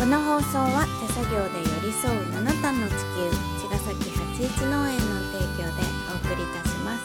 この放送は手作業で寄り添う7段の地球茅ヶ崎八一農園の提供でお送りいたします。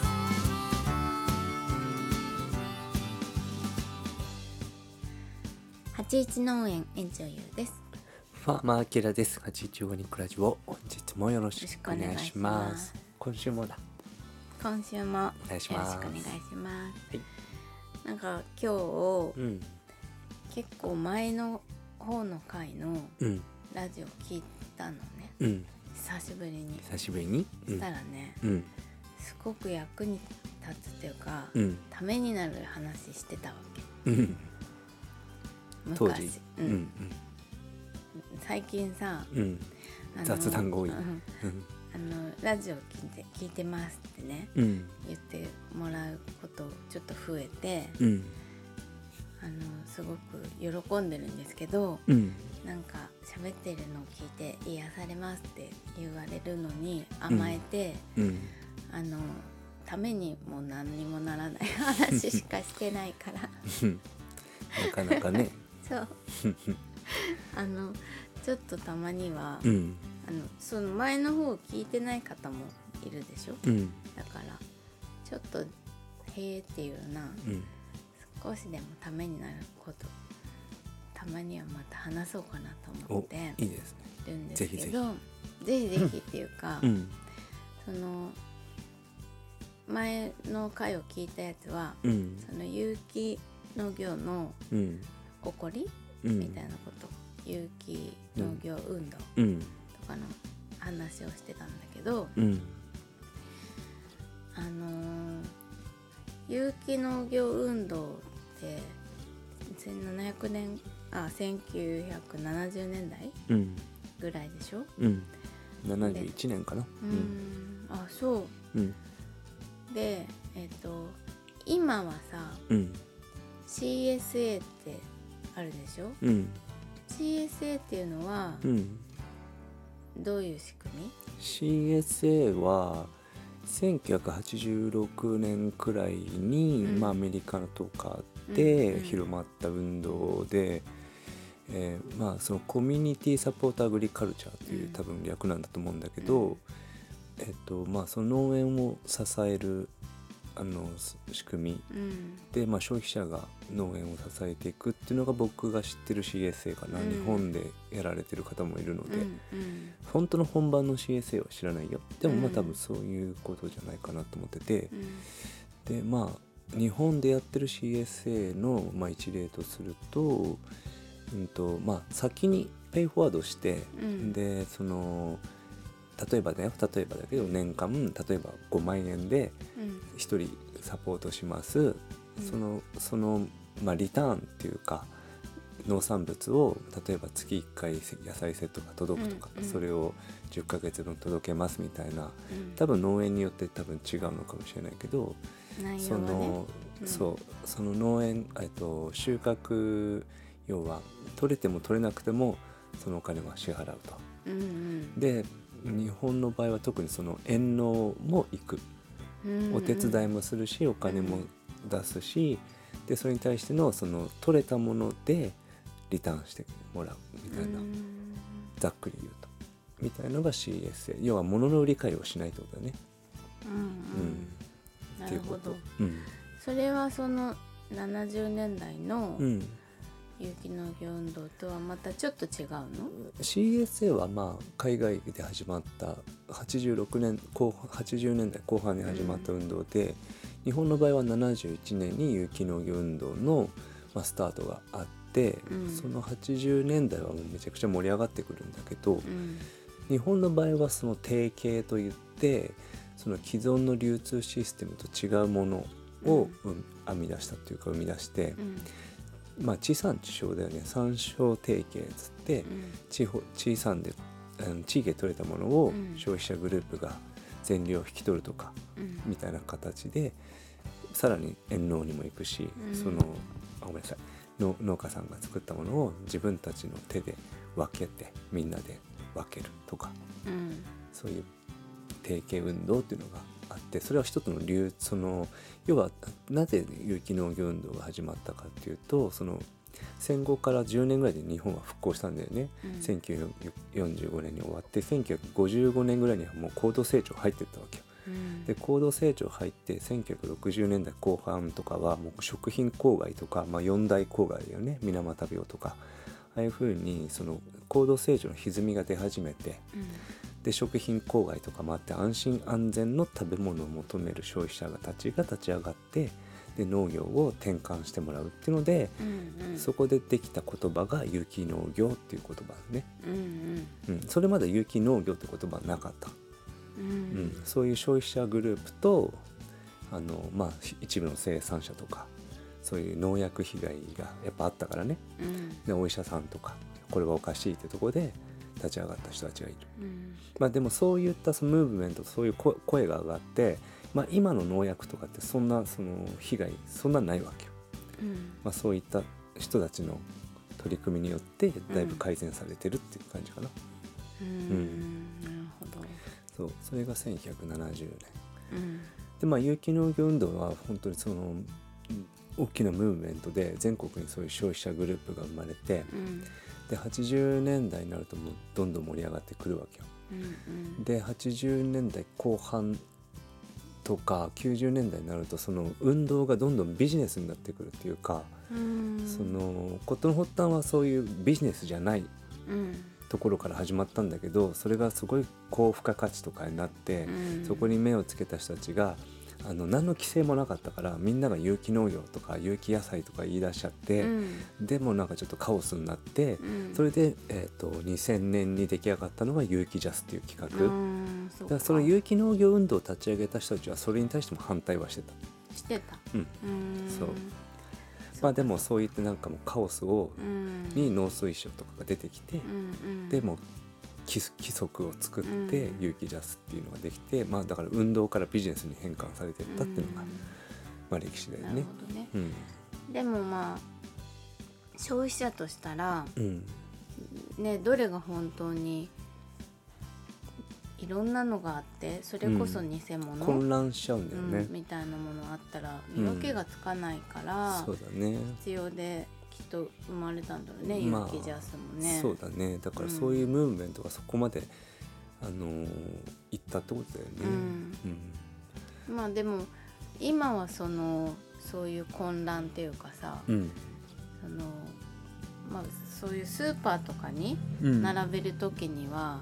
八一農園園長ゆうです。 ファーマーアキラです。815オーガニックラジオ、本日もよろしくお願いします。今週も今週もお願いします。 よろしくお願いします。 はい、 なんか今日、結構前の方の回のラジオ聞いたのね、久しぶりにしたらね、すごく役に立つっていうか、ためになる話してたわけ、昔当時、 最近さ、 雑談が多い、 ラジオ聞いてますってね、言ってもらうことちょっと増えて、すごく喜んでるんですけど、なんか喋ってるのを聞いて癒されますって言われるのに甘えて、ためにも何にもならない話しかしてないからなかなかねそうちょっとたまには、その前の方を聞いてない方もいるでしょ、だからちょっとへーっていうような、少しでもためになることたまにはまた話そうかなと思っていいですね、 るんですけど、ぜひぜひっていうか、その前の回を聞いたやつは、その有機農業の起こり、みたいなこと、有機農業運動とかの話をしてたんだけど、有機農業運動って1970年代ぐらいでしょ、 71年かな。 あ、そう、で、今はさ、CSA ってあるでしょ、CSA っていうのは、どういう仕組み？ CSA は1986年くらいに、アメリカとかで広まった運動で、そのコミュニティサポートアグリカルチャーという多分略なんだと思うんだけど、その農園を支える仕組み、で、消費者が農園を支えていくっていうのが僕が知ってる CSA かな、日本でやられてる方もいるので、本当の本番の CSA は知らないよ。でも多分そういうことじゃないかなと思ってて、で日本でやってる CSA の、一例とすると、先にペイフォワードして、でその例えばだけど年間例えば5万円で1人サポートします、そのリターンっていうか農産物を例えば月1回野菜セットが届くとか、それを10ヶ月分届けますみたいな、多分農園によって多分違うのかもしれないけど、その農園、収穫要は取れても取れなくてもそのお金は支払うと、で日本の場合は特にその遠農も行く、お手伝いもするしお金も出すし、でそれに対してのその取れたものでリターンしてもらうみたいな、ざっくり言うとみたいなのが CSA、 要は物の売り買いをしないってことだね。 なるほど、それはその70年代の有機農業運動とはまたちょっと違うの？ CSA は海外で始まった80年代後半に始まった運動で、日本の場合は71年に有機農業運動の、スタートがあって、その80年代はもうめちゃくちゃ盛り上がってくるんだけど、日本の場合はその提携といってその既存の流通システムと違うものを編み出したというか生み出して、地産地消だよね。産商提携つって、地産で地域で取れたものを消費者グループが全量引き取るとか、みたいな形でさらに遠農にも行くし、ごめんなさい、農家さんが作ったものを自分たちの手で分けてみんなで分けるとか、そういう提携運動っていうのがあって、それは一つの要はなぜ有機農業運動が始まったかっていうと、その戦後から10年ぐらいで日本は復興したんだよね、1945年に終わって1955年ぐらいにはもう高度成長入ってったわけよ。で高度成長入って1960年代後半とかはもう食品公害とか、4大公害だよね、水俣病とか、ああいうふうにその高度成長の歪みが出始めて、で食品公害とかもあって安心安全の食べ物を求める消費者たちが立ち上がって、で農業を転換してもらうっていうので、そこでできた言葉が有機農業っていう言葉ね、それまで有機農業って言葉はなかった、そういう消費者グループと一部の生産者とかそういう農薬被害がやっぱあったからね、でお医者さんとかこれはおかしいってところで立ち上がった人たちがいる、でもそういったそのムーブメント、そういう声が上がって、今の農薬とかってその被害そんなないわけよ、そういった人たちの取り組みによってだいぶ改善されてるっていう感じかな。 なるほど。 それが1970年、で有機農業運動は本当にその大きなムーブメントで全国にそういう消費者グループが生まれて、で80年代になるともうどんどん盛り上がってくるわけよ、で80年代後半とか90年代になるとその運動がどんどんビジネスになってくるっていうか、その事の発端はそういうビジネスじゃないところから始まったんだけど、それがすごい高付加価値とかになって、そこに目をつけた人たちが何の規制もなかったからみんなが有機農業とか有機野菜とか言い出しちゃって、でもなんかちょっとカオスになって、それで、2000年に出来上がったのが有機ジャスっていう企画、だからその有機農業運動を立ち上げた人たちはそれに対しても反対はしてた。そうでもそういってなんかもうカオスに農水省とかが出てきて、でも規則を作って有機ジャスっていうのができて、だから運動からビジネスに変換されていったっていうのが、歴史だよね。 でも消費者としたら、どれが本当にいろんなのがあってそれこそ偽物、 混乱しちゃうんだよね、 みたいなものあったら見分けがつかないから、 そうだね、 必要できっと生まれたんだろうね、有機ジャスもね。 そうだね、だからそういうムーブメントがそこまで、いったってことだよね。 でも今はそういう混乱っていうかさ、そういうスーパーとかに並べるときには、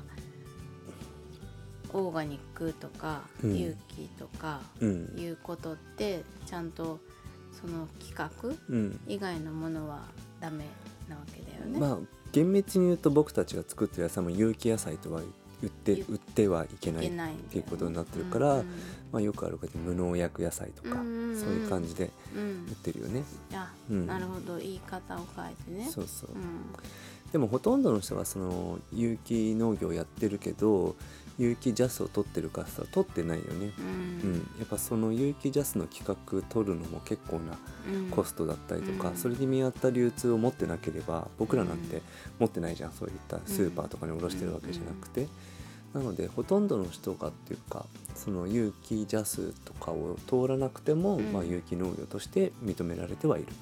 オーガニックとか有機とかいうことってちゃんとその規格以外のものはダメなわけだよね。 厳密に言うと僕たちが作ってる野菜も有機野菜とは売ってはいけないっていうことになってるから、よくあるけど無農薬野菜とか、そういう感じで売ってるよね。 なるほど、言い方を変えてね。 でもほとんどの人がその有機農業をやってるけど有機ジャスを取ってるかさ取ってないよね、やっぱその有機ジャスの企画取るのも結構なコストだったりとか、それに見合った流通を持ってなければ僕らなんて持ってないじゃん、そういったスーパーとかに卸してるわけじゃなくて、なのでほとんどの人がっていうかその有機ジャスとかを通らなくても、有機農業として認められてはいる。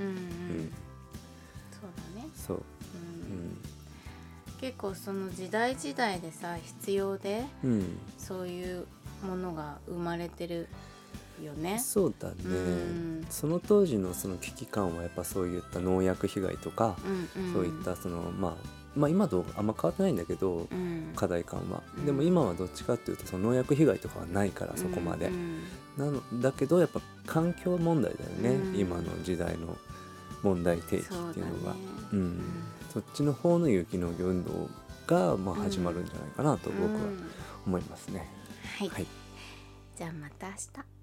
そうだね。 そう、 結構その時代時代でさ必要で、そういうものが生まれてるよね。 そうだね、その当時のその危機感はやっぱそういった農薬被害とか、そういったその今とあんま変わってないんだけど、課題感は、でも今はどっちかっていうとその農薬被害とかはないからそこまで、だけどやっぱ環境問題だよね、今の時代の問題提起っていうのが、そっちの方の有機農業運動が始まるんじゃないかなと僕は思いますね。 はい、じゃあまた明日。